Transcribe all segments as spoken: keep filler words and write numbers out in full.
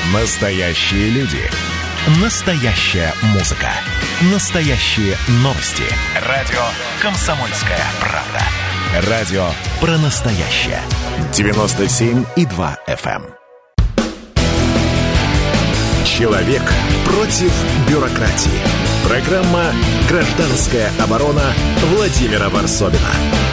Настоящие люди. Настоящая музыка. Настоящие новости. Радио «Комсомольская правда». Радио про настоящее. девяносто семь и два эф эм. Человек против бюрократии. Программа «Гражданская оборона» Владимира Варсобина.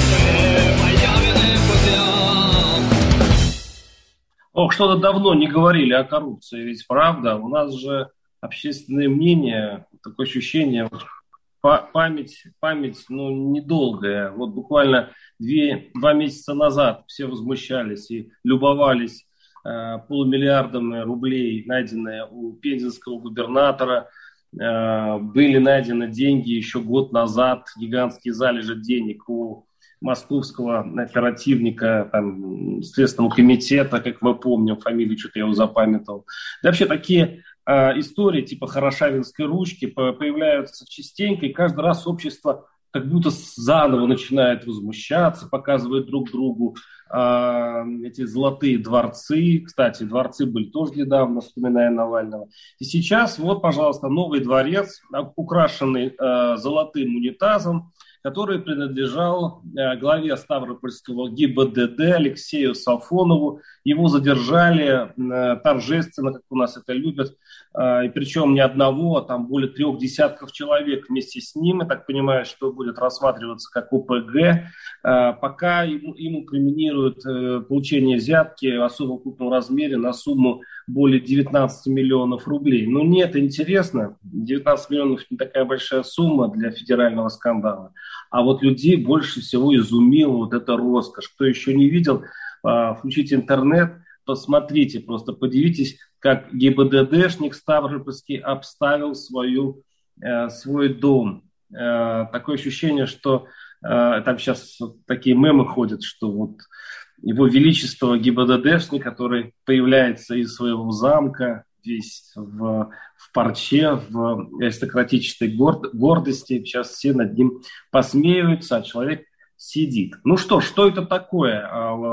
Ох, что-то давно не говорили о коррупции, ведь правда, у нас же общественное мнение, такое ощущение, память, память, ну, недолгая. Вот буквально две, два месяца назад все возмущались и любовались э, полумиллиардами рублей, найденные у пензенского губернатора. Э, были найдены деньги еще год назад, гигантские залежи денег у московского оперативника, там, Следственного комитета, как мы помним, фамилию что-то я его запамятовал. Да, вообще такие э, истории типа Хорошавинской ручки появляются частенько, и каждый раз общество как будто заново начинает возмущаться, показывает друг другу э, эти золотые дворцы. Кстати, дворцы были тоже недавно, вспоминая Навального. И сейчас вот, пожалуйста, новый дворец, украшенный э, золотым унитазом, который принадлежал э, главе Ставропольского ГИБДД Алексею Сафонову. Его задержали э, торжественно, как у нас это любят, э, и причем не одного, а там более трех десятков человек вместе с ним. Я так понимаю, что будет рассматриваться как о пэ гэ. Э, пока ему, ему криминируют э, получение взятки в особо крупном размере на сумму более девятнадцать миллионов рублей. Ну нет, интересно, девятнадцать миллионов не такая большая сумма для федерального скандала. А вот людей больше всего изумила вот эта роскошь. Кто еще не видел, включите интернет, посмотрите, просто подивитесь, как ГИБДДшник Ставропольский обставил свою, свой дом. Такое ощущение, что там сейчас такие мемы ходят, что вот его величество ГИБДДшник, который появляется из своего замка, весь в, в парче, в аристократической горд, гордости. Сейчас все над ним посмеиваются, а человек сидит. Ну что, что это такое?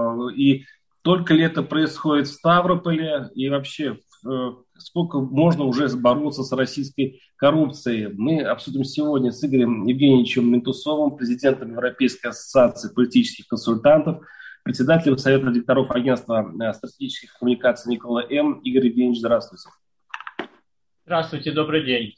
И только ли это происходит в Ставрополе? И вообще, сколько можно уже бороться с российской коррупцией? Мы обсудим сегодня с Игорем Евгеньевичем Ментусовым, президентом Европейской ассоциации политических консультантов, председателем Совета директоров агентства стратегических коммуникаций Никола М. Игорь Евгеньевич, здравствуйте. Здравствуйте, добрый день.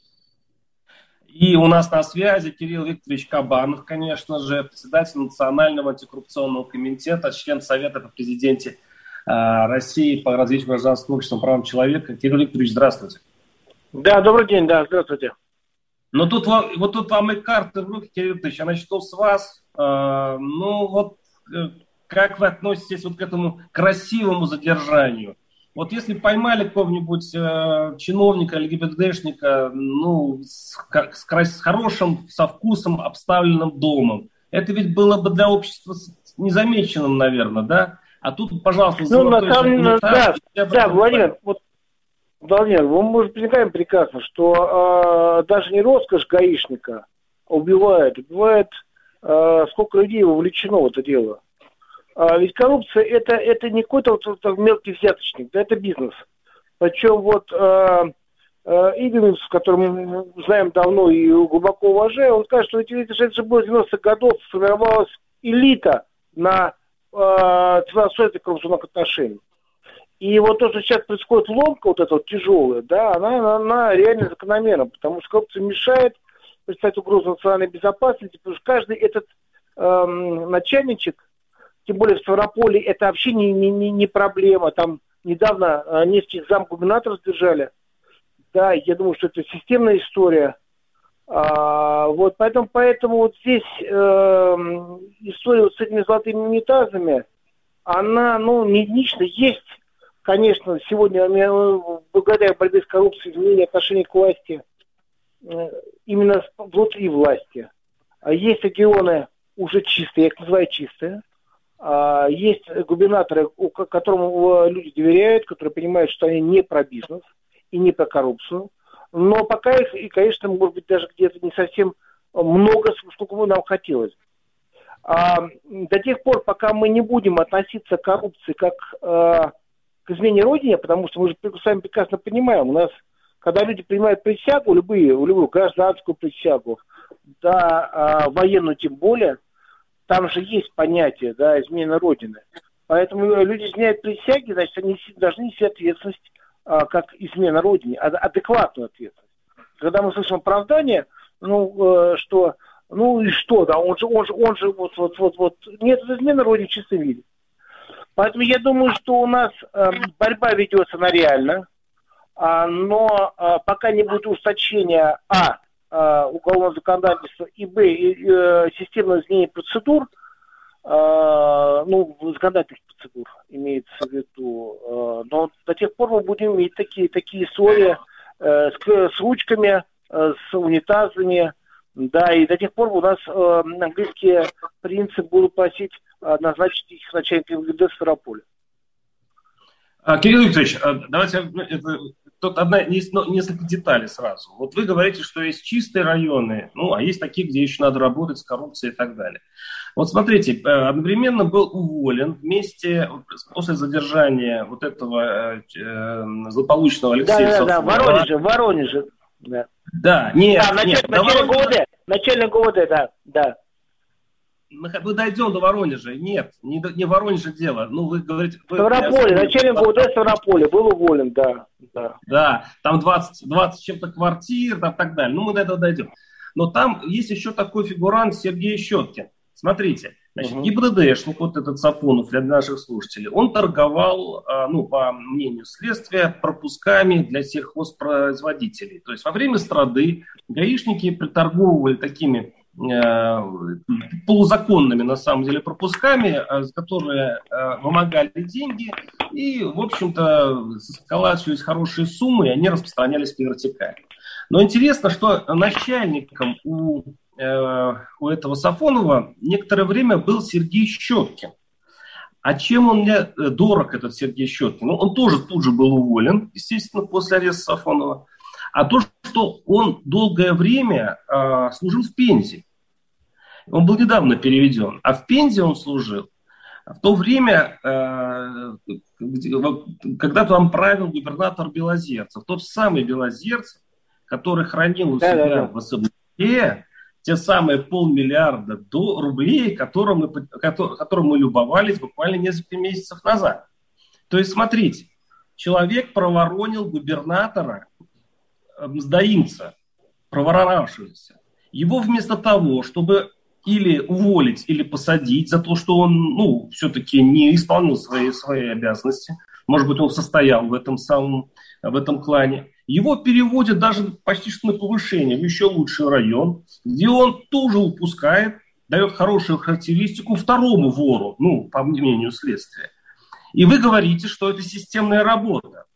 И у нас на связи Кирилл Викторович Кабанов, конечно же, председатель Национального антикоррупционного комитета, член Совета по президенте э, России по развитию гражданского общества, правам человека. Кирилл Викторович, здравствуйте. Да, добрый день, да, здравствуйте. Ну тут вот тут вам и карты в руки, Кирилл Викторович, я начну с вас. Э, ну вот... Э, Как вы относитесь вот к этому красивому задержанию? Вот если поймали какого-нибудь э, чиновника или ГИБДДшника, ну, с, с, с хорошим, со вкусом обставленным домом, это ведь было бы для общества незамеченным, наверное, да? А тут, пожалуйста, ну, на самом деле, да, да, Владимир, вот, Владимир, мы же понимаем прекрасно, что э, даже не роскошь гаишника убивает, убивает, э, сколько людей вовлечено в это дело. А ведь коррупция это, это не какой-то вот, вот, мелкий взяточник, да, это бизнес. Причем вот э, э, Игорь, с которым мы знаем давно и глубоко уважаем, он скажет, что это, это же было в девяностых годов сформировалась элита на э, ценоустройстве коррупционных отношений. И вот то, что сейчас происходит ломка, вот эта вот тяжелая, да, она, она, она реально закономерна, потому что коррупция мешает представить угрозу национальной безопасности, потому что каждый этот э, начальничек, тем более в Ставрополе, это вообще не, не, не проблема. Там недавно э, нефть замгубернатора задержали. Да, я думаю, что это системная история. А, вот, поэтому, поэтому вот здесь э, история вот с этими золотыми унитазами, она, ну, не единична. Есть, конечно, сегодня, благодаря борьбе с коррупцией, изменение отношений к власти, э, именно внутри власти. А есть регионы уже чистые, я их называю чистые. Есть губернаторы, которым люди доверяют, которые понимают, что они не про бизнес и не про коррупцию. Но пока их, и, конечно, может быть, даже где-то не совсем много, сколько бы нам хотелось. А до тех пор, пока мы не будем относиться к коррупции как к измене Родине, потому что мы же сами прекрасно понимаем, у нас, когда люди принимают присягу, любые, любую гражданскую присягу, да, военную тем более, там же есть понятие, да, измена Родины. Поэтому люди изменяют присяги, значит, они должны нести ответственность а, как измена Родине, адекватную ответственность. Когда мы слышим оправдание, ну, э, что, ну и что, да, он же, он же, он же, вот, вот, вот, вот, нет, это измена Родине в чистом виде. Поэтому я думаю, что у нас э, борьба ведется на реально, а, но а, пока не будет ужесточения, а, а уголовного законодательства, и, б, и, э, системного изменения процедур, ну, законодательных процедур имеется в виду. Но до тех пор мы будем иметь такие, такие условия с, с ручками, с унитазами, да, и до тех пор у нас английские принцы будут просить назначить их начальником МВД Ставрополя. Кирилл Викторович, давайте это, тут одна, несколько деталей сразу. Вот вы говорите, что есть чистые районы, ну, а есть такие, где еще надо работать с коррупцией и так далее. Вот смотрите, одновременно был уволен вместе, после задержания вот этого э, злополучного Алексея Да, да, да, в Воронеже, в Воронеже. Да, да нет, да, нет. Начальник ГУВД, начальник ГУВД, да, да. Мы дойдем до Воронежа. Нет, не, до, не в Воронеже дело. Ну, вы говорите... Вы, Ставрополе, начальник ГУВД Ставрополя был уволен, да. Да, да там двадцать, двадцать чем-то квартир, там, так далее. Ну, мы до этого дойдем. Но там есть еще такой фигурант Сергей Щеткин. Смотрите, значит, ГИБДДшник, вот этот Сафонов для наших слушателей, он торговал, ну, по мнению следствия, пропусками для сельхозпроизводителей. То есть во время страды гаишники приторговывали такими э, полузаконными, на самом деле, пропусками, которые э, вымогали деньги, и, в общем-то, сколачивались хорошие суммы, и они распространялись по вертикали. Но интересно, что начальником у у этого Сафонова некоторое время был Сергей Щеткин. А чем он мне дорог, этот Сергей Щеткин? Ну, он тоже тут же был уволен, естественно, после ареста Сафонова. А то, что он долгое время э, служил в Пензе. Он был недавно переведен. А в Пензе он служил в то время, э, когда там правил губернатор Белозерцев. Тот самый Белозерцев, который хранил у себя да, да, да. в особняке те самые полмиллиарда до рублей, которым мы, которым мы любовались буквально несколько месяцев назад. То есть, смотрите, человек проворонил губернатора мздоимца, проворонавшегося. Его вместо того, чтобы или уволить, или посадить за то, что он, ну, все-таки не исполнил свои, свои обязанности, может быть, он состоял в этом самом, в этом клане, его переводят даже почти что на повышение в еще лучший район, где он тоже упускает, дает хорошую характеристику второму вору, ну, по мнению следствия. И вы говорите, что это системная работа.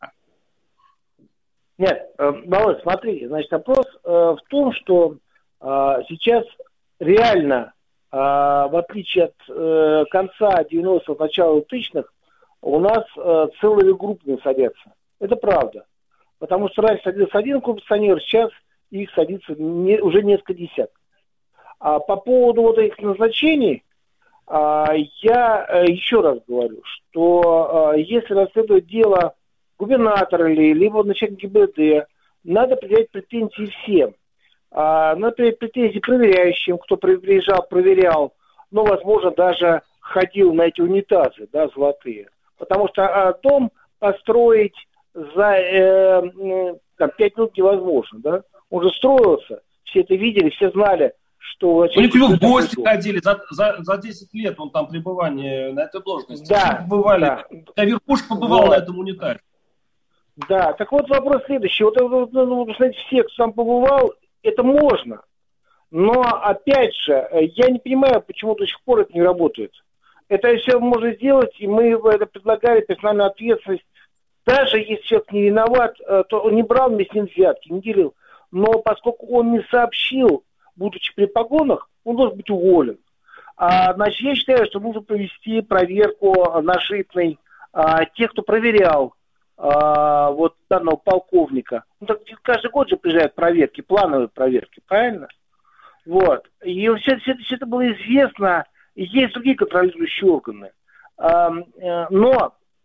Нет, Володь, смотри, значит, вопрос э, в том, что э, сейчас реально, э, в отличие от э, конца девяностых, начала двухтысячных, у нас э, целые группы садятся. Это правда. Потому что раньше садился один коррупционер, сейчас их садится не, уже несколько десятков. А по поводу вот этих назначений, а, я а, еще раз говорю, что а, если расследовать дело губернатора или либо начальника ГИБДД, надо предъявить претензии всем. А, надо предъявить претензии проверяющим, кто приезжал, проверял, но, возможно, даже ходил на эти унитазы, да, золотые. Потому что а, дом построить за э, там, пять минут невозможно, да? Он же строился, все это видели, все знали, что... Они к нему в гости ходили, за, за, за десять лет он там пребывания на этой должности. Да, все побывали, да. А верхушка побывал вот. На этом унитазе. Да, так вот вопрос следующий. Вот, вот, ну, знаете, все, кто там побывал, это можно. Но, опять же, я не понимаю, почему до сих пор это не работает. Это все можно сделать, и мы это предлагали, персональную ответственность. Даже если человек не виноват, то он не брал вместе с ним взятки, не делил. Но поскольку он не сообщил, будучи при погонах, он должен быть уволен. А, значит, я считаю, что нужно провести проверку нашитной а, тех, кто проверял а, вот данного полковника. Ну, так, каждый год же приезжают проверки, плановые проверки, правильно? Вот. И все, все, все это было известно. И есть другие контролирующие органы. А, но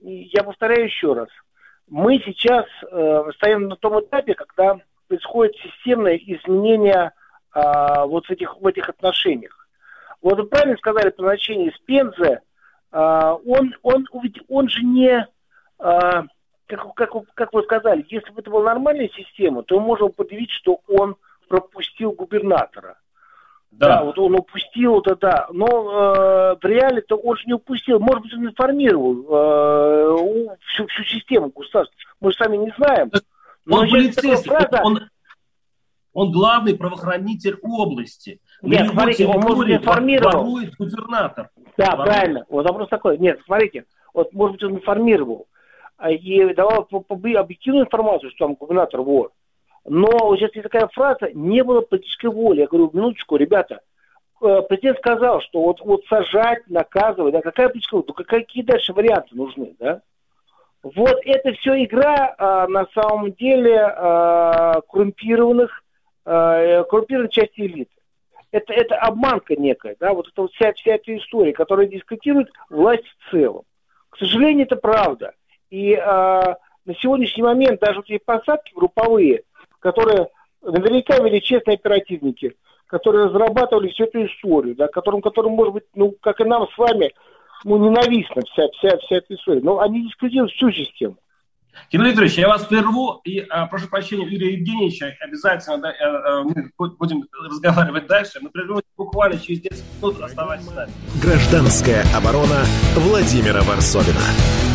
я повторяю еще раз, мы сейчас э, стоим на том этапе, когда происходит системное изменение э, вот в этих, в этих отношениях. Вот вы правильно сказали по значению с Пензе, э, он, он, он же не, э, как, как, как вы сказали, если бы это была нормальная система, то мы можем предъявить, что он пропустил губернатора. Да. да, вот он упустил это, да. Но э, в реале-то он же не упустил. Может быть, он информировал э, всю, всю систему государства. Мы же сами не знаем. Но он полицейский, фраза... он, он главный правоохранитель области. Нет, смотрите, он, может быть, информировал. Ворует губернатор. Да, ворует. Правильно. Вот вопрос такой. Нет, смотрите, вот, может быть, он информировал и давал объективную информацию, что там губернатор вор. Но вот сейчас есть такая фраза, не было политической воли. Я говорю, минуточку, ребята, президент сказал, что вот, вот сажать, наказывать, да, какая политическая воля, ну, какие дальше варианты нужны, да? Вот это все игра, а, на самом деле, а, коррумпированных, а, коррумпированной части элиты. Это, это обманка некая, да, вот это вот вся, вся эта история, которая дискредитирует власть в целом. К сожалению, это правда. И а, на сегодняшний момент даже вот эти посадки групповые, которые наверняка вели честные оперативники, которые разрабатывали всю эту историю, да, которым, которым, может быть, ну, как и нам с вами, ну, ненавистна вся, вся, вся эта история. Но они дискредитируют всю систему. Тимур Викторович, я вас прерву и а, прошу прощения Юрия Евгеньевича, обязательно да, а, а, мы будем разговаривать дальше. Мы прервемся буквально через десять минут, оставайтесь с нами. Гражданская оборона Владимира Варсобина.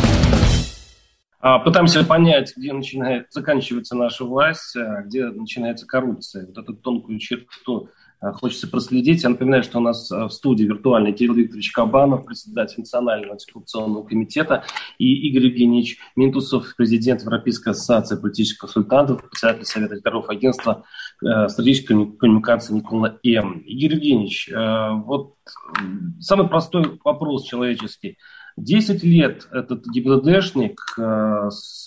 Пытаемся понять, где начинает заканчиваться наша власть, где начинается коррупция. Вот эту тонкую черту хочется проследить. Я напоминаю, что у нас в студии виртуальный Кирилл Викторович Кабанов, председатель Национального антикоррупционного комитета, и Игорь Евгеньевич Минтусов, президент Европейской ассоциации политических консультантов, председатель Совета директоров агентства стратегической коммуникации Никола М. Игорь Евгеньевич, вот самый простой вопрос человеческий. Десять лет этот ГИБДДшник э, с,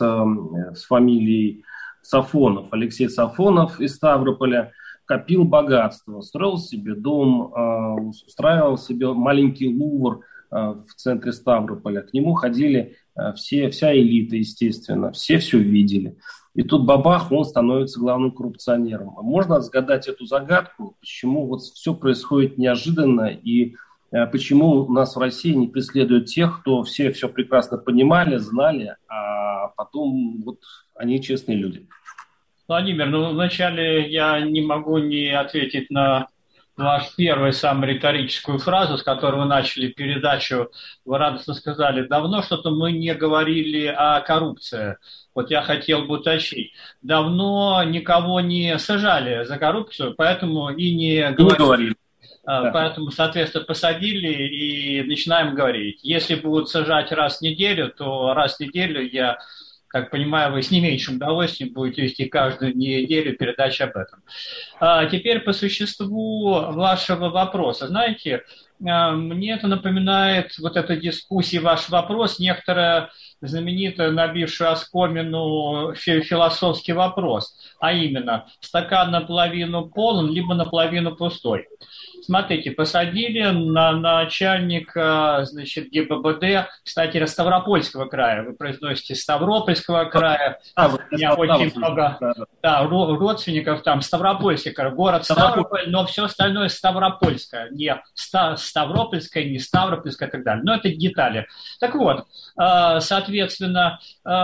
с фамилией Сафонов, Алексей Сафонов из Ставрополя, копил богатство, строил себе дом, э, устраивал себе маленький Лувр э, в центре Ставрополя. К нему ходили э, все, вся элита, естественно, все все видели. И тут бабах, он становится главным коррупционером. Можно разгадать эту загадку, почему вот все происходит неожиданно и почему у нас в России не преследуют тех, кто все все прекрасно понимали, знали, а потом вот они честные люди? Владимир, ну вначале я не могу не ответить на вашу первую, самую риторическую фразу, с которой вы начали передачу. Вы радостно сказали, давно что-то мы не говорили о коррупции. Вот я хотел бы уточнить. Давно никого не сажали за коррупцию, поэтому и не говорили. Не говорили. Да. Поэтому, соответственно, посадили и начинаем говорить. Если будут сажать раз в неделю, то раз в неделю я, как понимаю, вы с не меньшим удовольствием будете вести каждую неделю передачи об этом. А теперь по существу вашего вопроса. Знаете, мне это напоминает, вот эта дискуссия, ваш вопрос, некоторая знаменитая, набившая оскомину философский вопрос, а именно, стакан наполовину полон, либо наполовину пустой. Смотрите, посадили на начальника, значит, ГИБДД, кстати, Ставропольского края. Вы произносите Ставропольского края. А, У меня очень много да, родственников там. Ставропольский край, город Ставрополь, но все остальное Ставропольское. Не Ставропольское, не Ставропольское и так далее. Но это детали. Так вот, соответственно,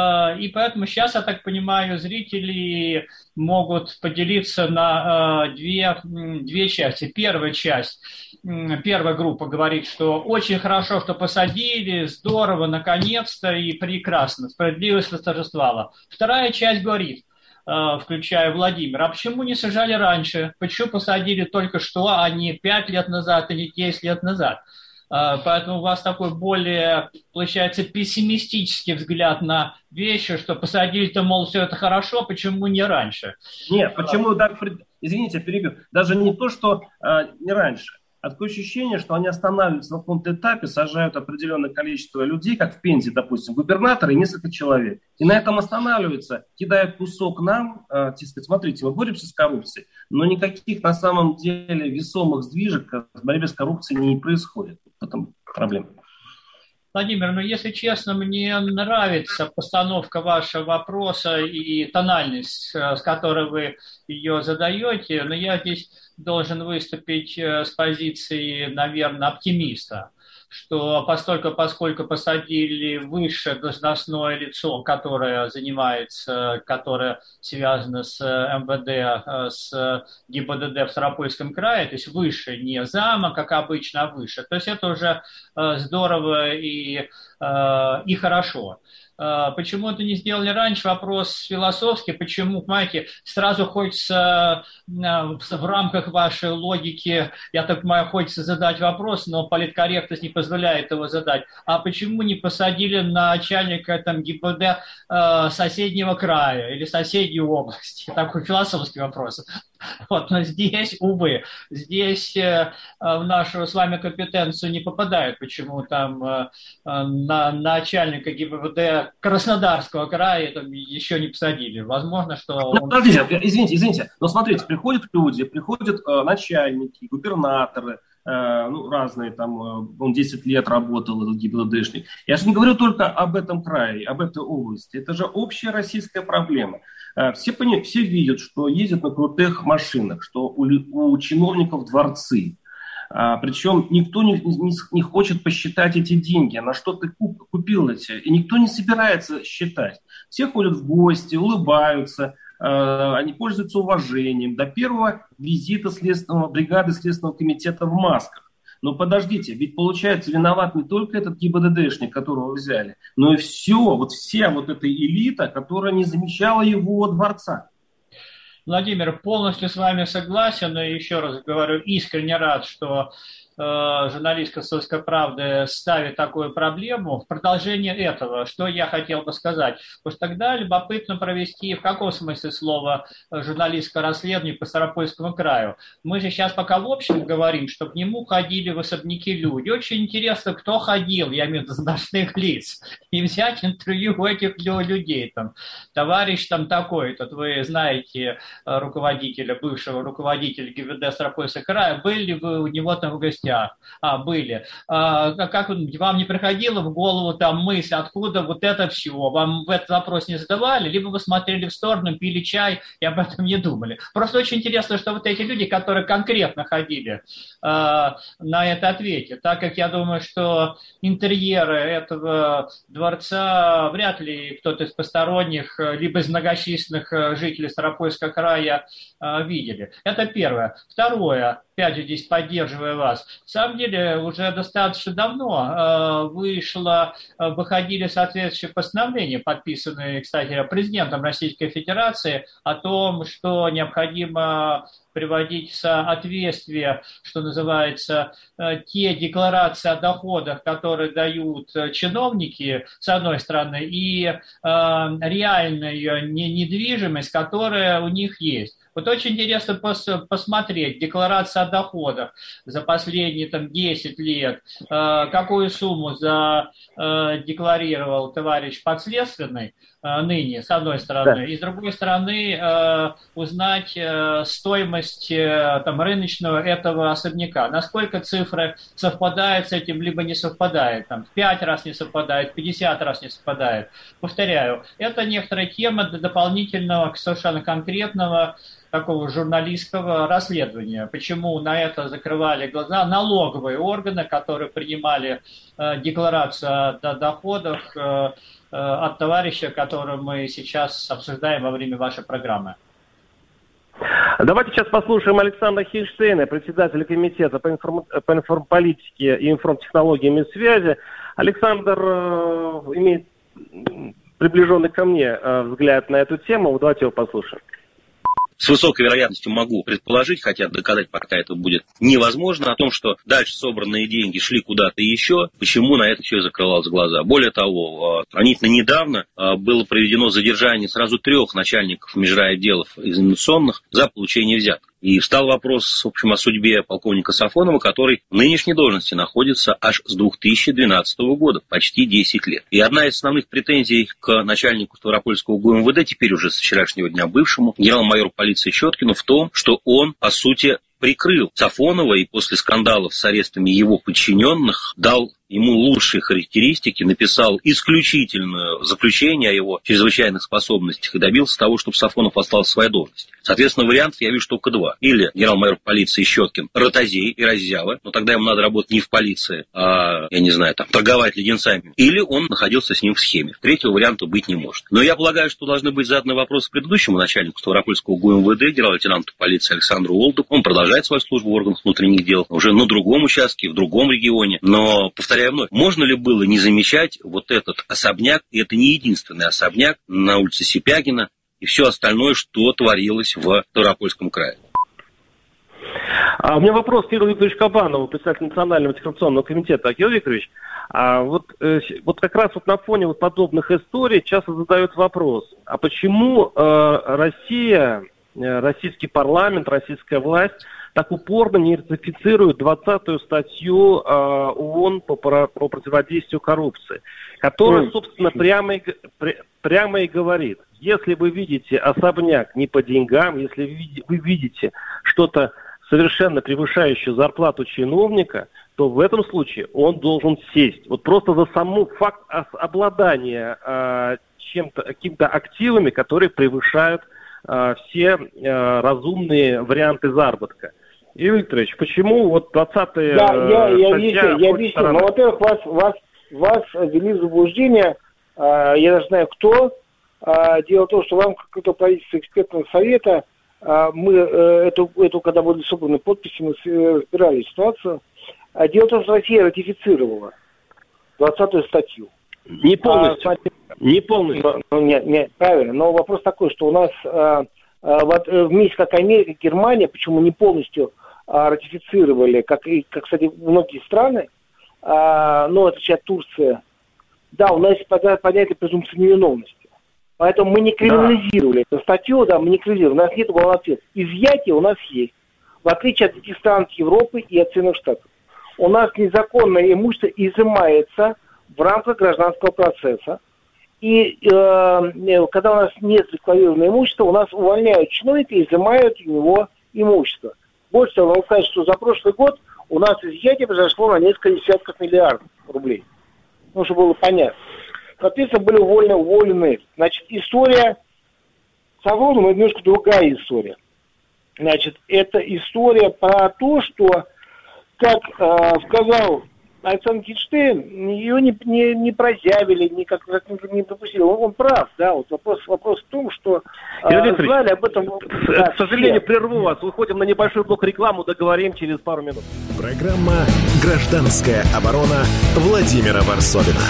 и поэтому сейчас, я так понимаю, зрители могут поделиться на две, две части. Первая часть, первая группа говорит, что очень хорошо, что посадили, здорово, наконец-то и прекрасно, справедливость восторжествовала. Вторая часть говорит, включая Владимира, а почему не сажали раньше? Почему посадили только что, а не пять лет назад, а не десять лет назад? Поэтому у вас такой более, получается, пессимистический взгляд на вещи, что посадили-то, мол, все это хорошо, почему не раньше? Нет, почему, так, извините, перебью, даже не то, что а, не раньше, а такое ощущение, что они останавливаются на каком-то этапе, сажают определенное количество людей, как в Пензе, допустим, губернатора и несколько человек, и на этом останавливаются, кидают кусок нам, э, сказать, смотрите, мы боремся с коррупцией, но никаких на самом деле весомых сдвижек в борьбе с коррупцией не происходит. В этом проблема. Владимир, ну, если честно, мне нравится постановка вашего вопроса и тональность, с которой вы ее задаете, но я здесь должен выступить с позиции, наверное, оптимиста, что постольку, поскольку посадили выше должностное лицо, которое занимается, которое связано с эм вэ дэ, с ГИБДД в Ставропольском крае, то есть выше, не зама, как обычно, а выше. То есть это уже здорово и, и хорошо. Почему это не сделали раньше? Вопрос философский. Почему, понимаете, сразу хочется в рамках вашей логики, я так понимаю, хочется задать вопрос, но политкорректность не позволяет его задать. А почему не посадили начальника там, ГИБДД соседнего края или соседней области? Такой философский вопрос. Вот, но здесь, увы, здесь э, в нашу с вами компетенцию не попадает, почему там э, на начальника ГИБДД Краснодарского края там еще не посадили. Возможно, что... Ну, подождите, извините, извините, но смотрите, приходят люди, приходят э, начальники, губернаторы, э, ну, разные, там, э, он десять лет работал, этот ГИБДДшник. Я же не говорю только об этом крае, об этой области, это же общая российская проблема. Все, все видят, что ездят на крутых машинах, что у, у чиновников дворцы. А, причем никто не, не, не хочет посчитать эти деньги, на что ты куп, купил эти. И никто не собирается считать. Все ходят в гости, улыбаются, а, они пользуются уважением. До первого визита следственного, бригады Следственного комитета в масках. Но подождите, ведь получается виноват не только этот ГИБДДшник, которого взяли, но и все, вот вся вот эта элита, которая не замечала его дворца. Владимир, полностью с вами согласен, и еще раз говорю, искренне рад, что э, журналист «Комсомольской правды» ставит такую проблему. В продолжение этого, что я хотел бы сказать, потому что тогда любопытно провести, в каком смысле слова, журналистское расследование по Ставропольскому краю. Мы же сейчас пока в общем говорим, что к нему ходили в особняки люди. Очень интересно, кто ходил, я имею в виду должностных лиц, и взять интервью у этих людей. Там, товарищ там такой-то, вы знаете руководителя, бывшего руководителя ГИБДД Ставропольского края, были ли вы у него там в гостях? А, были. А, как вам не приходило в голову там мысль, откуда вот это все? Вам в этот вопрос не задавали? Либо вы смотрели в сторону, пили чай и об этом не думали? Просто очень интересно, что вот эти люди, которые конкретно ходили а, на это ответят, так как я думаю, что интерьеры этого дворца вряд ли кто-то из посторонних, либо из многочисленных жителей Ставропольского края видели. Это первое. Второе, опять же здесь поддерживая вас, на самом деле уже достаточно давно вышло, выходили соответствующие постановления, подписанные, кстати, президентом Российской Федерации, о том, что необходимо приводить в соответствие, что называется, те декларации о доходах, которые дают чиновники, с одной стороны, и э, реальную недвижимость, которая у них есть. Вот очень интересно пос- посмотреть декларации о доходах за последние там, десять лет, э, какую сумму задекларировал товарищ подследственный э, ныне, с одной стороны, да. И с другой стороны э, узнать э, стоимость э, там, рыночного этого особняка. Насколько цифры совпадают с этим, либо не совпадают. Там, в пять раз не совпадает, в пятьдесят раз не совпадает. Повторяю, это некоторая тема для дополнительного, совершенно конкретного такого журналистского расследования. Почему на это закрывали глаза налоговые органы, которые принимали э, декларацию о доходах э, э, от товарища, которого мы сейчас обсуждаем во время вашей программы. Давайте сейчас послушаем Александра Хильштейна, председателя комитета по, информ... по информполитике и информтехнологиям и связи. Александр э, имеет приближенный ко мне э, взгляд на эту тему. Давайте его послушаем. С высокой вероятностью могу предположить, хотя доказать пока это будет невозможно, о том, что дальше собранные деньги шли куда-то еще, почему на это все закрывалось глаза. Более того, сравнительно недавно было проведено задержание сразу трех начальников межрайотделов экзаменационных за получение взяток. И встал вопрос, в общем, о судьбе полковника Сафонова, который в нынешней должности находится аж с две тысячи двенадцатого года, почти десять лет. И одна из основных претензий к начальнику Ставропольского ГУМВД, теперь уже с вчерашнего дня бывшему, генерал-майору полиции Щеткину, в том, что он, по сути, прикрыл Сафонова и после скандалов с арестами его подчиненных дал ему лучшие характеристики, написал исключительное заключение о его чрезвычайных способностях и добился того, чтобы Сафонов остался в своей должности. Соответственно, вариантов я вижу только два. Или генерал-майор полиции Щеткин ротозей и раззява, но тогда ему надо работать не в полиции, а, я не знаю, там, торговать леденцами. Или он находился с ним в схеме. Третьего варианта быть не может. Но я полагаю, что должны быть заданы вопросы предыдущему начальнику Ставропольского ГУМВД, генерал-лейтенанту полиции Александру Олду. Он продолжает свою службу в органах внутренних дел, уже на другом участке, в другом регионе. Но, повторяю вновь, можно ли было не замечать вот этот особняк, и это не единственный особняк на улице Сипягина, и все остальное, что творилось в Ставропольском крае? А у меня вопрос к Кириллу Викторовичу Кабанову, председателю Национального антикоррупционного комитета. Кирилл Викторович, а вот, э, вот как раз вот на фоне вот подобных историй часто задают вопрос, а почему э, Россия, э, российский парламент, российская власть так упорно не ратифицирует двадцатую статью э, ООН по, по противодействию коррупции, которая, собственно, прямо и, прямо и говорит, если вы видите особняк не по деньгам, если вы видите что-то совершенно превышающее зарплату чиновника, то в этом случае он должен сесть. Вот просто за саму факт обладания э, чем-то, какими-то активами, которые превышают э, все э, разумные варианты заработка. Игорь Викторович, почему вот двадцатая Да, я, я, статья... я, я объясню. Ну, во-первых, вас, вас, вас ввели в заблуждение, э, я даже знаю кто. Э, дело в том, что вам, как это правительство экспертного совета, э, мы э, эту, эту, когда были собраны подписи, мы разбирали ситуацию. А дело в том, что Россия ратифицировала двадцатую статью. Не полностью. А, смотрите, не полностью. Ну, нет, нет, правильно. Но вопрос такой, что у нас э, э, вот, вместе как Америка, Германия, почему не полностью э, ратифицировали, как и, как, кстати, многие страны, э, ну, это сейчас Турция, да, у нас есть понятие презумпции невиновности. Поэтому мы не криминализировали да. эту статью, да, мы не криминализировали. У нас нет уголовного ответа. Изъятие у нас есть. В отличие от этих стран Европы и от Соединенных Штатов. У нас незаконное имущество изымается в рамках гражданского процесса. И э, когда у нас нет декларированного имущества, у нас увольняют чиновника и изымают у него имущество. Больше того, могу сказать, что за прошлый год у нас изъятие произошло на несколько десятков миллиардов рублей. Ну, чтобы было понятно. Соответственно, были уволены, уволены. Значит, история с Авроном – это немножко другая история. Значит, это история про то, что, как э, сказал Александр Хинштейн, ее не, не, не прозявили, не, как, как не допустили. Он, он прав, да, вот вопрос, вопрос в том, что э, знали об этом... К, да, к сожалению, прерву вас. Выходим на небольшой блок рекламы, договорим через пару минут. Программа «Гражданская оборона» Владимира Варсобина.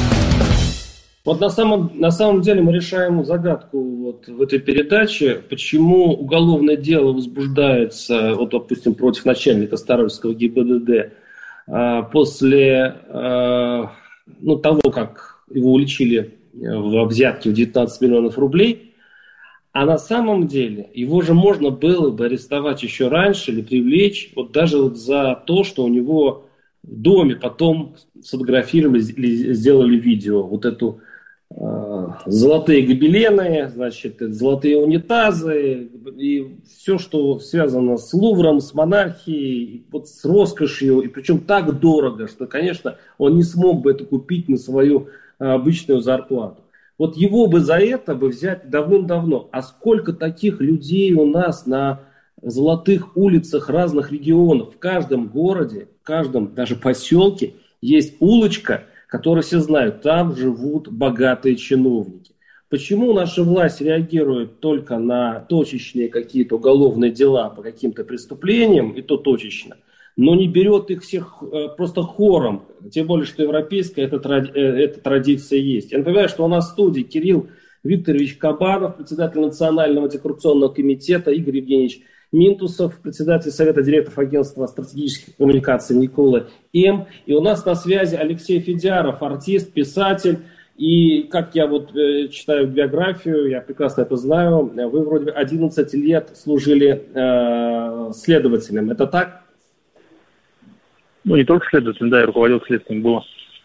Вот на самом, на самом деле мы решаем загадку вот в этой передаче, почему уголовное дело возбуждается, вот, допустим, против начальника Ставропольского ГИБДД а, после а, ну, того, как его уличили в взятке в девятнадцать миллионов рублей, а на самом деле его же можно было бы арестовать еще раньше или привлечь, вот даже вот за то, что у него в доме потом сфотографировали, сделали видео, вот эту золотые гобелены, значит, золотые унитазы и все, что связано с Лувром, с монархией, вот с роскошью, и причем так дорого, что, конечно, он не смог бы это купить на свою обычную зарплату. Вот его бы за это бы взять давным-давно. А сколько таких людей у нас на золотых улицах разных регионов? В каждом городе, в каждом даже поселке есть улочка, которые все знают, там живут богатые чиновники. Почему наша власть реагирует только на точечные какие-то уголовные дела по каким-то преступлениям, и то точечно, но не берет их всех просто хором, тем более, что европейская эта, эта традиция есть. Я напоминаю, что у нас в студии Кирилл Викторович Кабанов, председатель Национального антикоррупционного комитета, Игорь Евгеньевич Минтусов, председатель Совета директоров агентства стратегических коммуникаций Никола М. И у нас на связи Алексей Федяров, артист, писатель. И как я вот э, читаю биографию, я прекрасно это знаю, вы вроде одиннадцать лет служили э, следователем. Это так? Ну, не только следователем, да, я руководил следствием, было.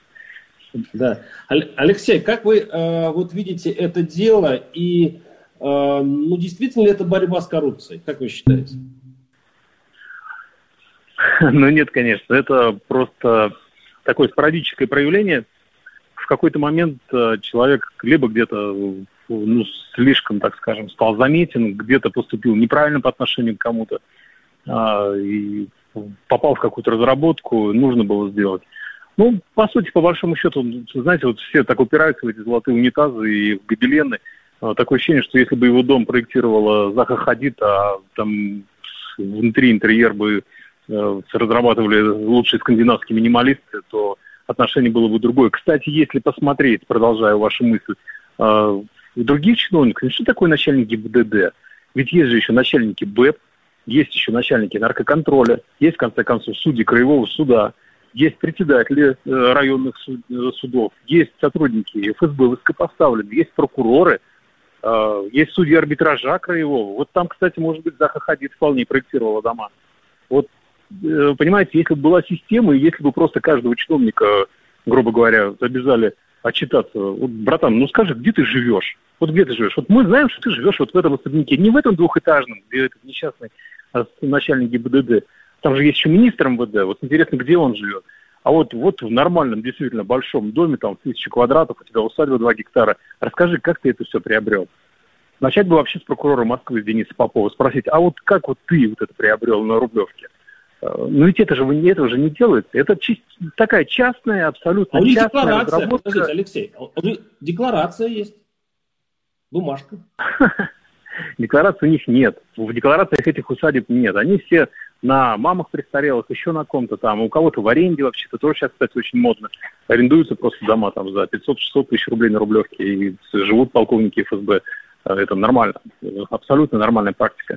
Да. Алексей, как вы э, вот видите это дело и ну, действительно ли это борьба с коррупцией? Как вы считаете? Ну, нет, конечно. Это просто такое спорадическое проявление. В какой-то момент человек либо где-то ну, слишком, так скажем, стал заметен, где-то поступил неправильно по отношению к кому-то, и попал в какую-то разработку, нужно было сделать. Ну, по сути, по большому счету, знаете, вот все так упираются в эти золотые унитазы и гобелены. Такое ощущение, что если бы его дом проектировала Заха Хадид, а там внутри интерьер бы э, разрабатывали лучшие скандинавские минималисты, то отношение было бы другое. Кстати, если посмотреть, продолжаю вашу мысль, э, у других чиновников, ну, что такое начальник ГИБДД? Ведь есть же еще начальники БЭП, есть еще начальники наркоконтроля, есть, в конце концов, судьи краевого суда, есть председатели э, районных суд, э, судов, есть сотрудники эф эс бэ высокопоставленные, есть прокуроры, э, есть судьи арбитража краевого. Вот там, кстати, может быть, Заха Хадид вполне проектировала дома. Вот, э, понимаете, если бы была система, и если бы просто каждого чиновника, грубо говоря, обязали отчитаться, вот, братан, ну скажи, где ты живешь? Вот где ты живешь? Вот мы знаем, что ты живешь вот в этом особняке, не в этом двухэтажном, где этот несчастный а, начальник ГИБДД. Там же есть еще министр эм вэ дэ. Вот интересно, где он живет. А вот, вот в нормальном, действительно большом доме, там, тысяча квадратов, у тебя усадьба два гектара. Расскажи, как ты это все приобрел? Начать бы вообще с прокурора Москвы, Дениса Попова, спросить, а вот как вот ты вот это приобрел на Рублевке? Ну ведь это же, этого же не делается. Это чист, такая частная, абсолютно а у них частная декларация, разработка. Подождите, Алексей, у них декларация есть. Бумажка. Декларации у них нет. В декларациях этих усадеб нет. Они все на мамах престарелых, еще на ком-то там. У кого-то в аренде вообще-то. Тоже сейчас, кстати, очень модно. Арендуются просто дома там за пятьсот-шестьсот тысяч рублей на Рублевке. И живут полковники эф эс бэ. Это нормально. Абсолютно нормальная практика.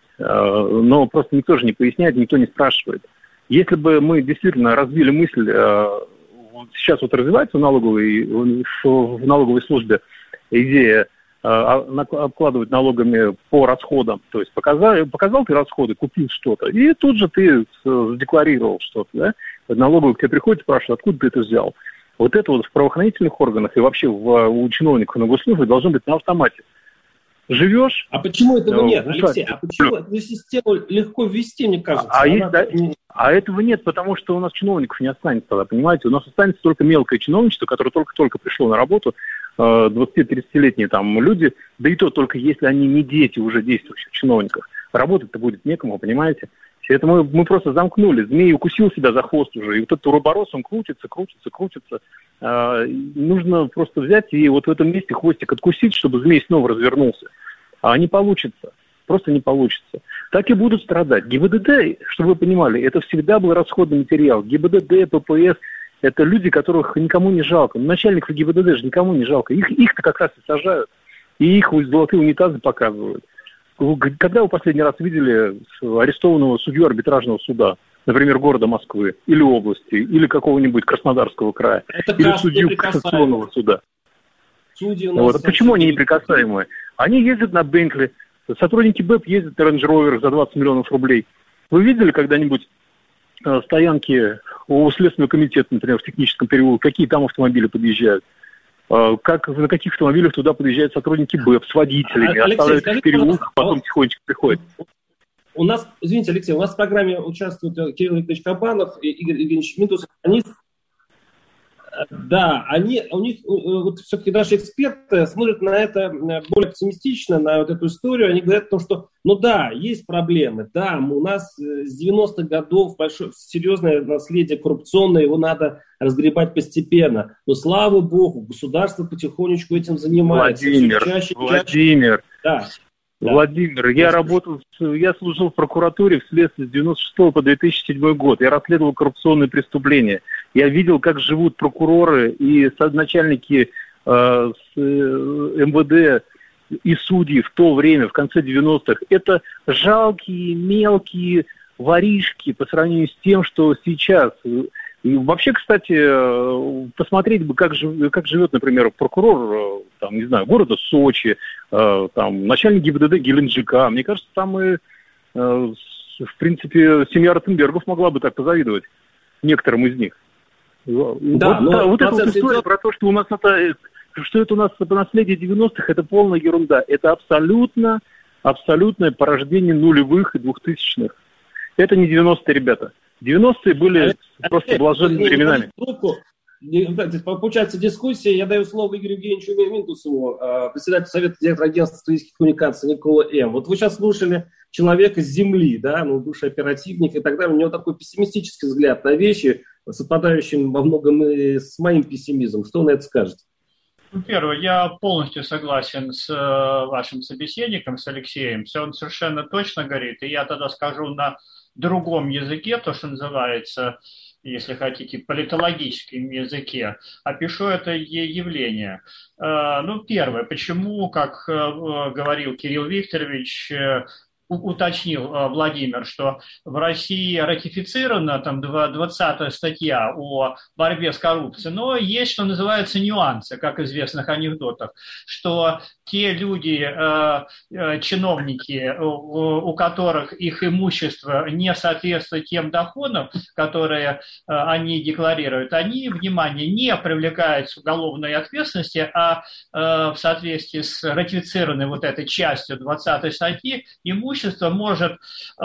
Но просто никто же не поясняет, никто не спрашивает. Если бы мы действительно развили мысль, сейчас вот развивается в налоговой, в налоговой службе идея обкладывать налогами по расходам. То есть показал, показал ты расходы, купил что-то, и тут же ты задекларировал что-то. Да? Налоговый к тебе приходит и спрашивает, откуда ты это взял. Вот это вот в правоохранительных органах и вообще в, у чиновников на госслужбе должно быть на автомате. Живешь? А почему этого ну, нет, Алексей? А почему эту систему легко ввести, мне кажется? А, Она... есть, да, а этого нет, потому что у нас чиновников не останется тогда, понимаете? У нас останется только мелкое чиновничество, которое только-только пришло на работу, двадцати-тридцатилетние там люди, да и то только если они не дети уже действующих чиновников. Работать-то будет некому, понимаете? Это мы, мы просто замкнули. Змей укусил себя за хвост уже, и вот этот уроборос, он крутится, крутится, крутится. А, нужно просто взять и вот в этом месте хвостик откусить, чтобы змей снова развернулся. А не получится. Просто не получится. Так и будут страдать. ГИБДД, чтобы вы понимали, это всегда был расходный материал. ГИБДД, пэ пэ эс – это люди, которых никому не жалко. Начальников ГИБДД же никому не жалко. Их, их-то как раз и сажают. И их золотые унитазы показывают. Когда вы последний раз видели арестованного судью арбитражного суда, например, города Москвы, или области, или какого-нибудь Краснодарского края, это или судью Кассационного суда? Судьи вот. Почему они неприкасаемые? Они ездят на Бентли, сотрудники БЭП ездят на Range Rover за двадцать миллионов рублей. Вы видели когда-нибудь э, стоянки у Следственного комитета, например, в Техническом переулке, какие там автомобили подъезжают? Как, на каких автомобилях туда подъезжают сотрудники БЭП с водителями, Алексей, оставляют их в переулках, потом тихонечко приходят. У нас, извините, Алексей, у нас в программе участвуют Кирилл Викторович Кабанов и Игорь Евгеньевич Минтус. Они, да, они, у них, вот все-таки наши эксперты смотрят на это более оптимистично, на вот эту историю. Они говорят о том, что, ну да, есть проблемы, да, у нас с девяностых годов большое, серьезное наследие коррупционное, его надо разгребать постепенно. Но, слава богу, государство потихонечку этим занимается. Владимир, чаще, Владимир, да. Владимир, да. я работал, я служил в прокуратуре в следствии с девяносто шестого по две тысячи седьмой год. Я расследовал коррупционные преступления. Я видел, как живут прокуроры и начальники э, с, э, эм вэ дэ и судьи в то время, в конце девяностых. Это жалкие, мелкие воришки по сравнению с тем, что сейчас. И вообще, кстати, посмотреть бы, как, жив, как живет, например, прокурор, там, не знаю, города Сочи, там, начальник ГИБДД Геленджика. Мне кажется, там и, в принципе, семья Ротенбергов могла бы так позавидовать некоторым из них. Да, вот но вот эта вот история идет... про то, что у нас это, что это у нас по наследию девяностых, это полная ерунда. Это абсолютно, абсолютное порождение нулевых и двухтысячных. Это не девяностые, ребята. девяностые были а, просто а, блаженными временами. Руку. Получается дискуссия. Я даю слово Игорю Евгеньевичу Минтусову, председателю Совета директора агентства стратегических коммуникаций Никола М. Вот вы сейчас слушали человека с земли, да, ну, бывший оперативник и так далее. У него такой пессимистический взгляд на вещи, совпадающий во многом и с моим пессимизмом. Что вы на это скажете? Ну, первое, я полностью согласен с э, вашим собеседником, с Алексеем. Все он совершенно точно говорит. И я тогда скажу на другом языке, то, что называется, если хотите, политологическом языке, опишу это явление. Э, ну, первое, почему, как э, говорил Кирилл Викторович, э, уточнил Владимир, что в России ратифицирована там двадцатая статья о борьбе с коррупцией, но есть, что называется, нюансы, как известно в анекдотах, что те люди, чиновники, у которых их имущество не соответствует тем доходам, которые они декларируют, они, внимание, не привлекаются к уголовной ответственности, а в соответствии с ратифицированной вот этой частью двадцатой статьи имущество имущество может э,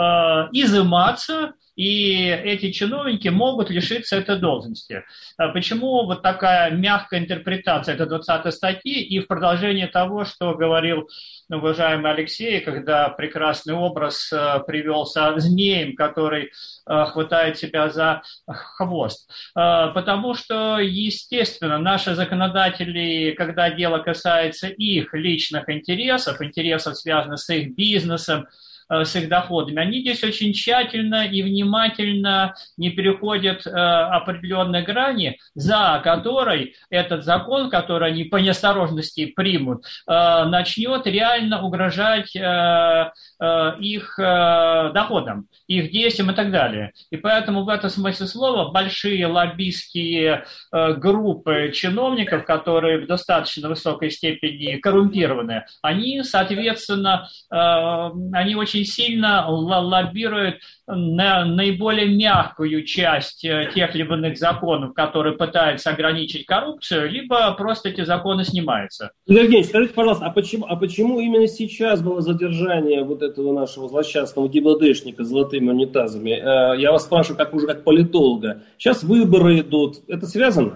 изыматься, и эти чиновники могут лишиться этой должности. Почему вот такая мягкая интерпретация этой двадцатой статьи и в продолжение того, что говорил уважаемый Алексей, когда прекрасный образ э, привел со змеем, который э, хватает себя за хвост. Э, потому что, естественно, наши законодатели, когда дело касается их личных интересов, интересов, связанных с их бизнесом, с их доходами, они здесь очень тщательно и внимательно не переходят э, определенной грани, за которой этот закон, который они по неосторожности примут, э, начнет реально угрожать э, э, их э, доходам, их действиям и так далее. И поэтому в этом смысле слова большие лоббистские э, группы чиновников, которые в достаточно высокой степени коррумпированы, они, соответственно, э, они очень сильно лоббирует на наиболее мягкую часть тех либо иных законов, которые пытаются ограничить коррупцию, либо просто эти законы снимаются. Игорь Евгеньевич, скажите, пожалуйста, а почему, а почему именно сейчас было задержание вот этого нашего злосчастного ГИБДДшника с золотыми унитазами? Я вас спрашиваю, как уже как политолога. Сейчас выборы идут. Это связано?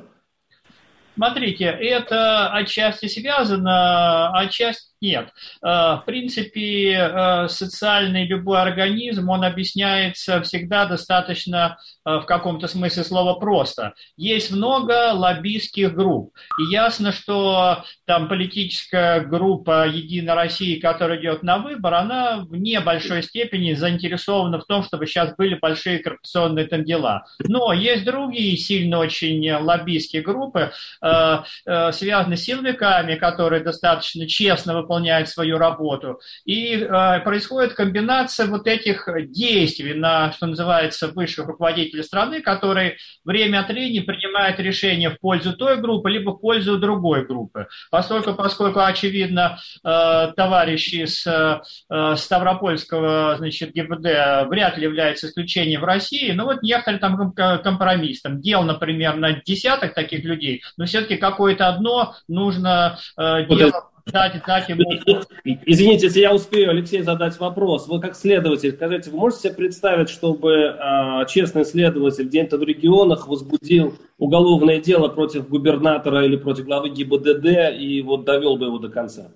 Смотрите, это отчасти связано, отчасти нет. В принципе, социальный любой организм, он объясняется всегда достаточно в каком-то смысле слова просто. Есть много лоббистских групп. И ясно, что там политическая группа «Единая Россия», которая идет на выбор, она в небольшой степени заинтересована в том, чтобы сейчас были большие коррупционные там дела. Но есть другие сильно очень лоббистские группы, связанные с силовиками, которые достаточно честно выполняют свою работу. И э, происходит комбинация вот этих действий на, что называется, высших руководителей страны, которые время от времени принимают решения в пользу той группы, либо в пользу другой группы. Поскольку, поскольку очевидно, э, товарищи с э, Ставропольского, значит, ГИБДД вряд ли являются исключением в России, но вот некоторые там компромисс. Там дел, например, на десяток таких людей, но все-таки какое-то одно нужно э, дело... Дать, дать ему... Извините, если я успею, Алексей, задать вопрос. Вы как следователь, скажите, вы можете себе представить, чтобы э, честный следователь где-то в регионах возбудил уголовное дело против губернатора или против главы ГИБДД и вот довел бы его до конца?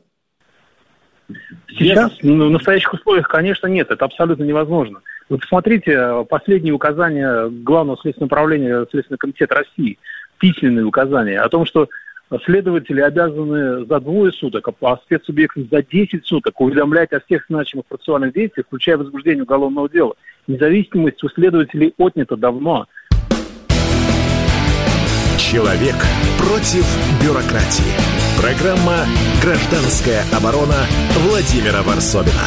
Сейчас, Без... в настоящих условиях, конечно, нет. Это абсолютно невозможно. Вы посмотрите последние указания Главного следственного управления Следственного комитета России, письменные указания о том, что следователи обязаны за двое суток, а спецсубъекты за десять суток уведомлять о всех значимых процессуальных действиях, включая возбуждение уголовного дела. Независимость у следователей отнята давно. Человек против бюрократии. Программа «Гражданская оборона» Владимира Варсобина.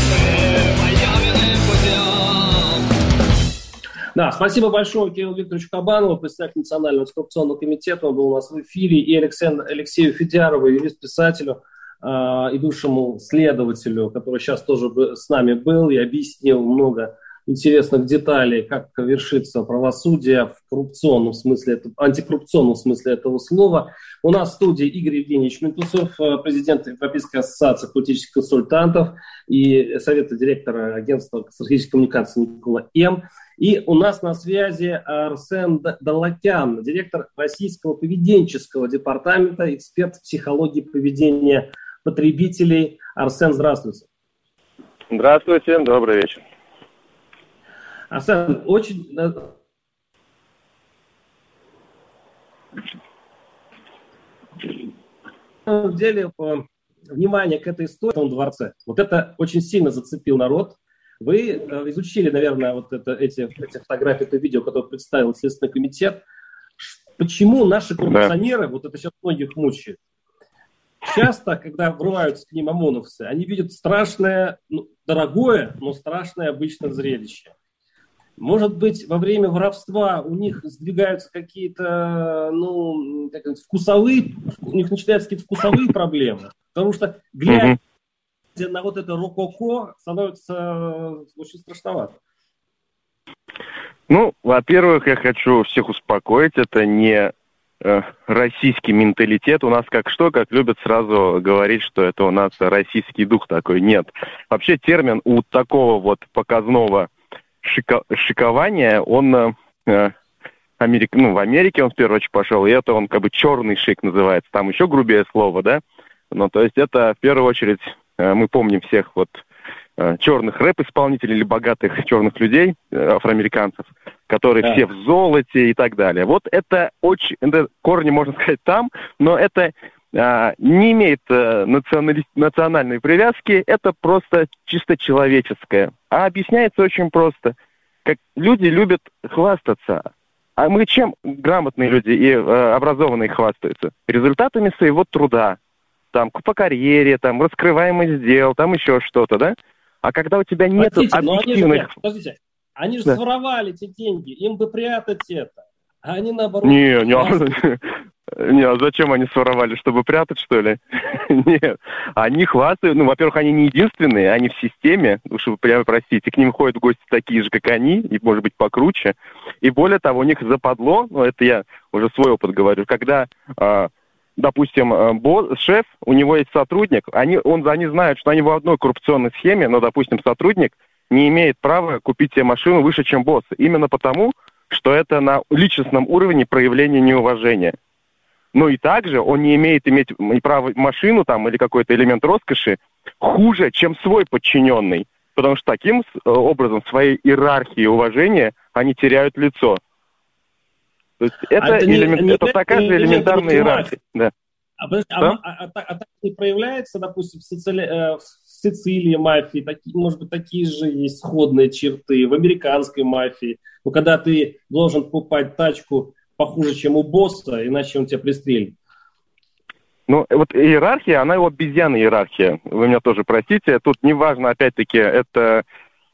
Да, спасибо большое Кириллу Викторовичу Кабанову, председателю Национального антикоррупционного комитета. Он был у нас в эфире. И Алексею, Алексею Федярову, юрист-писателю э, и бывшему следователю, который сейчас тоже с нами был и объяснил много интересных деталей, как вершится правосудие в коррупционном смысле, антикоррупционном смысле этого слова. У нас в студии Игорь Евгеньевич Минтусов, президент Европейской ассоциации политических консультантов и совета директора агентства стратегических коммуникаций Никола М. И у нас на связи Арсен Даллакян, директор Российского поведенческого департамента, эксперт в психологии поведения потребителей. Арсен, здравствуйте. Здравствуйте, добрый вечер. Арсен, очень... На самом деле, внимание к этой истории в том дворце. Вот это очень сильно зацепил народ. Вы изучили, наверное, вот это, эти, эти фотографии, это видео, которое представил Следственный комитет. Почему наши коррупционеры, да. вот это сейчас многих мучает, часто, когда врываются к ним ОМОНовцы, они видят страшное, ну, дорогое, но страшное обычное зрелище. Может быть, во время воровства у них сдвигаются какие-то, ну, как сказать, вкусовые, у них начинаются какие-то вкусовые проблемы. Потому что, глядя mm-hmm. на вот это рококо, становится очень страшновато. Ну, во-первых, я хочу всех успокоить, это не э, российский менталитет. У нас как что, как любят сразу говорить, что это у нас российский дух такой. Нет. Вообще термин у такого вот показного Шика- шикование, он э, Америк... ну, в Америке он в первую очередь пошел, и это он как бы черный шик называется, там еще грубее слово, да, ну, то есть это в первую очередь, э, мы помним всех вот э, черных рэп-исполнителей или богатых черных людей, э, афроамериканцев, которые да. все в золоте и так далее. Вот это очень, это корни, можно сказать, там, но это э, не имеет э, национали... национальной привязки, это просто чисто человеческое. А объясняется очень просто. Как люди любят хвастаться. А мы чем грамотные люди и э, образованные хвастаются? Результатами своего труда. Там, по карьере, там, раскрываемость дел, там еще что-то, да? А когда у тебя нет объективных... Они же, подождите, они же да. своровали эти деньги, им бы прятать это. А они наоборот... Не, не, не, а зачем они своровали? Чтобы прятать, что ли? Нет. Они хвастают, ну, во-первых, они не единственные, они в системе, уж вы прямо простите, к ним ходят в гости такие же, как они, и, может быть, покруче. И более того, у них западло, ну, это я уже свой опыт говорю, когда, э, допустим, босс, шеф, у него есть сотрудник, они, он, они знают, что они в одной коррупционной схеме, но, допустим, сотрудник не имеет права купить себе машину выше, чем босс. Именно потому, что это на личностном уровне проявление неуважения. Ну и также он не имеет иметь право машину там или какой-то элемент роскоши хуже, чем свой подчиненный. Потому что таким образом своей иерархии уважения они теряют лицо. То есть это, это, элемент, не, это не, такая не, же элементарная иерархия. Да. А, а, а, а, а, а так не проявляется, допустим, в, Сицили, э, в Сицилии мафии, такие, может быть, такие же есть сходные черты, в американской мафии. Но когда ты должен покупать тачку похуже, чем у босса, иначе он тебя пристрелит. Ну, вот иерархия, она его обезьяна иерархия. Вы меня тоже простите. Тут неважно, опять-таки, это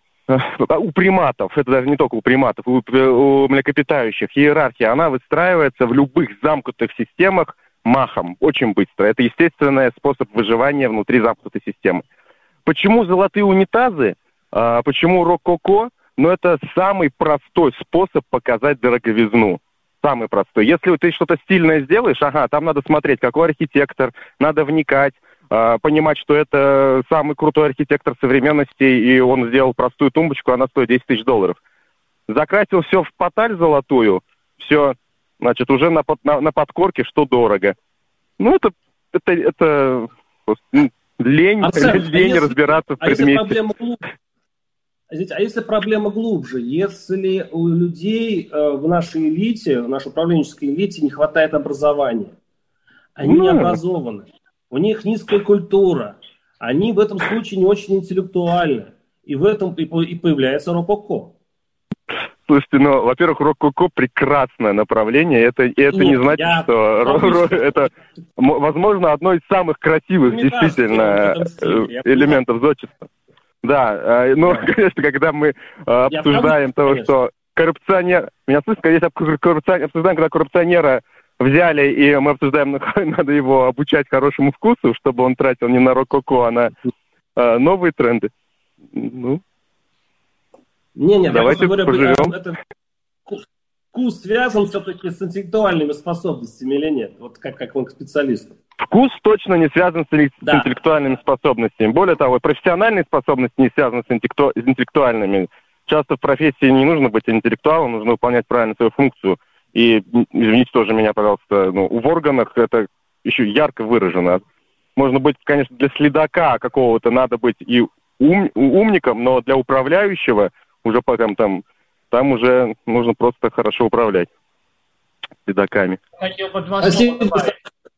у приматов, это даже не только у приматов, у, у млекопитающих. Иерархия, она выстраивается в любых замкнутых системах махом, очень быстро. Это естественный способ выживания внутри замкнутой системы. Почему золотые унитазы? А, почему рококо? Ну, это самый простой способ показать дороговизну. Самый простой. Если ты что-то стильное сделаешь, ага, там надо смотреть, какой архитектор, надо вникать, э, понимать, что это самый крутой архитектор современности, и он сделал простую тумбочку, она стоит десять тысяч долларов. Закрасил все в поталь золотую, все, значит, уже на, на, на подкорке, что дорого. Ну, это, это, это ну, лень, Арсен, лень а разбираться если, в предмете. А если проблема глубже? А если проблема глубже, если у людей э, в нашей элите, в нашей управленческой элите не хватает образования, они ну, не образованы, у них низкая культура, они в этом случае не очень интеллектуальны, и в этом и, и появляется рококо. Слушайте, ну, во-первых, рококо прекрасное направление, это, и это Нет, не значит, я... что ро- ро- это, возможно, одно из самых красивых Мне действительно кажется, элементов зодчества. Да, ну, да. конечно, когда мы э, обсуждаем того, что коррупционер... Меня слышно, если обсуждаем, когда коррупционера взяли, и мы обсуждаем, надо его обучать хорошему вкусу, чтобы он тратил не на рококо, а на э, новые тренды. Ну, не, не, давайте говорю, поживем. Это, вкус связан все-таки с интеллектуальными способностями или нет? Вот как, как он к специалисту. Вкус точно не связан с да. интеллектуальными способностями. Более того, профессиональные способности не связаны с интеллектуальными. часто в профессии не нужно быть интеллектуалом, нужно выполнять правильно свою функцию. И, извините тоже меня, пожалуйста, ну, в органах это еще ярко выражено. Можно быть, конечно, для следака какого-то надо быть и ум, умником, но для управляющего уже потом там, там уже нужно просто хорошо управлять следаками. Хотел бы два Спасибо. слова добавить.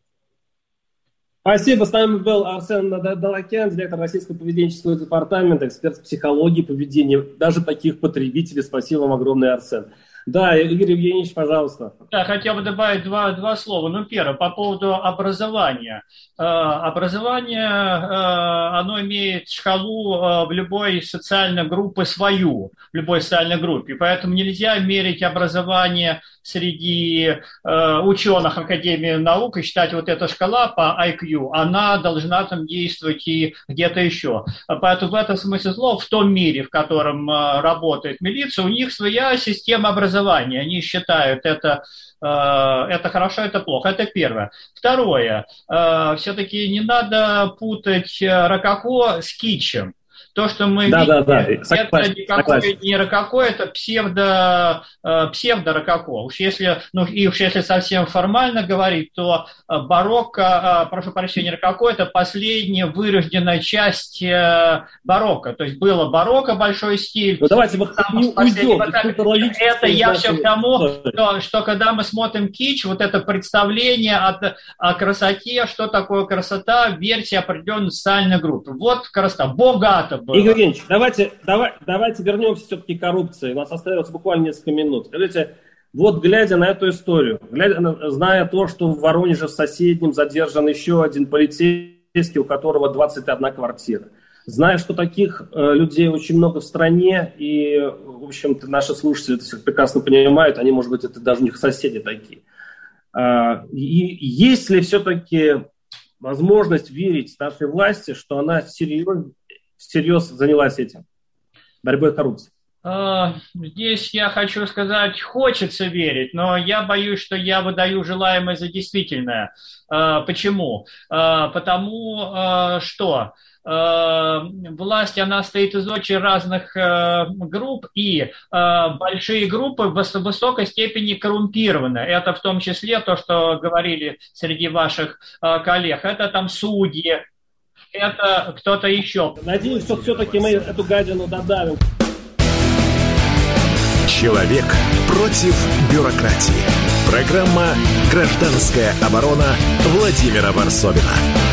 Спасибо. С нами был Арсен Далакян, директор Российского поведенческого департамента, эксперт психологии поведения, даже таких потребителей. Спасибо вам огромное, Арсен. Да, Игорь Евгеньевич, пожалуйста. Да, хотел бы добавить два, два слова. Ну, первое, по поводу образования. Э, образование, э, оно имеет шкалу э, в любой социальной группе свою, в любой социальной группе. Поэтому нельзя мерить образование среди э, ученых Академии наук и считать, вот эта шкала по ай кью, она должна там действовать и где-то еще. Поэтому в этом смысле слова, в том мире, в котором э, работает милиция, у них своя система образования. Они считают это, э, это хорошо, это плохо. Это первое. Второе. Э, все-таки не надо путать рококо с китчем. То, что мы да, видим, да, да. это Согласен, никакое согласен. не рококо, это псевдо, псевдо-рококо. Уж если, ну, и уж если совсем формально говорить, то барокко, прошу прощения, рококо – это последняя вырожденная часть барокко. То есть было барокко, большой стиль. Ну, давайте мы не уйдем. Это я все к тому, что, что когда мы смотрим кич, вот это представление от, о красоте, что такое красота, версия определенной социальной группы. Вот красота, богато было. Игорь Евгеньевич, давайте, давай, давайте вернемся все-таки к коррупции. У нас остается буквально несколько минут. Скажите, вот глядя на эту историю, глядя на, зная то, что в Воронеже в соседнем задержан еще один полицейский, у которого двадцать одна квартира, зная, что таких э, людей очень много в стране, и, в общем-то, наши слушатели это все прекрасно понимают, они, может быть, это даже у них соседи такие. Э, и есть ли все-таки возможность верить нашей власти, что она серьезно всерьез занялась этим, борьбой с коррупцией? Здесь я хочу сказать, хочется верить, но я боюсь, что я выдаю желаемое за действительное. Почему? Потому что власть, она состоит из очень разных групп, и большие группы в высокой степени коррумпированы. Это в том числе то, что говорили среди ваших коллег. Это там судьи, это кто-то еще. Надеюсь, что все-таки мы эту гадину додавим. Человек против бюрократии. Программа «Гражданская оборона» Владимира Варсобина.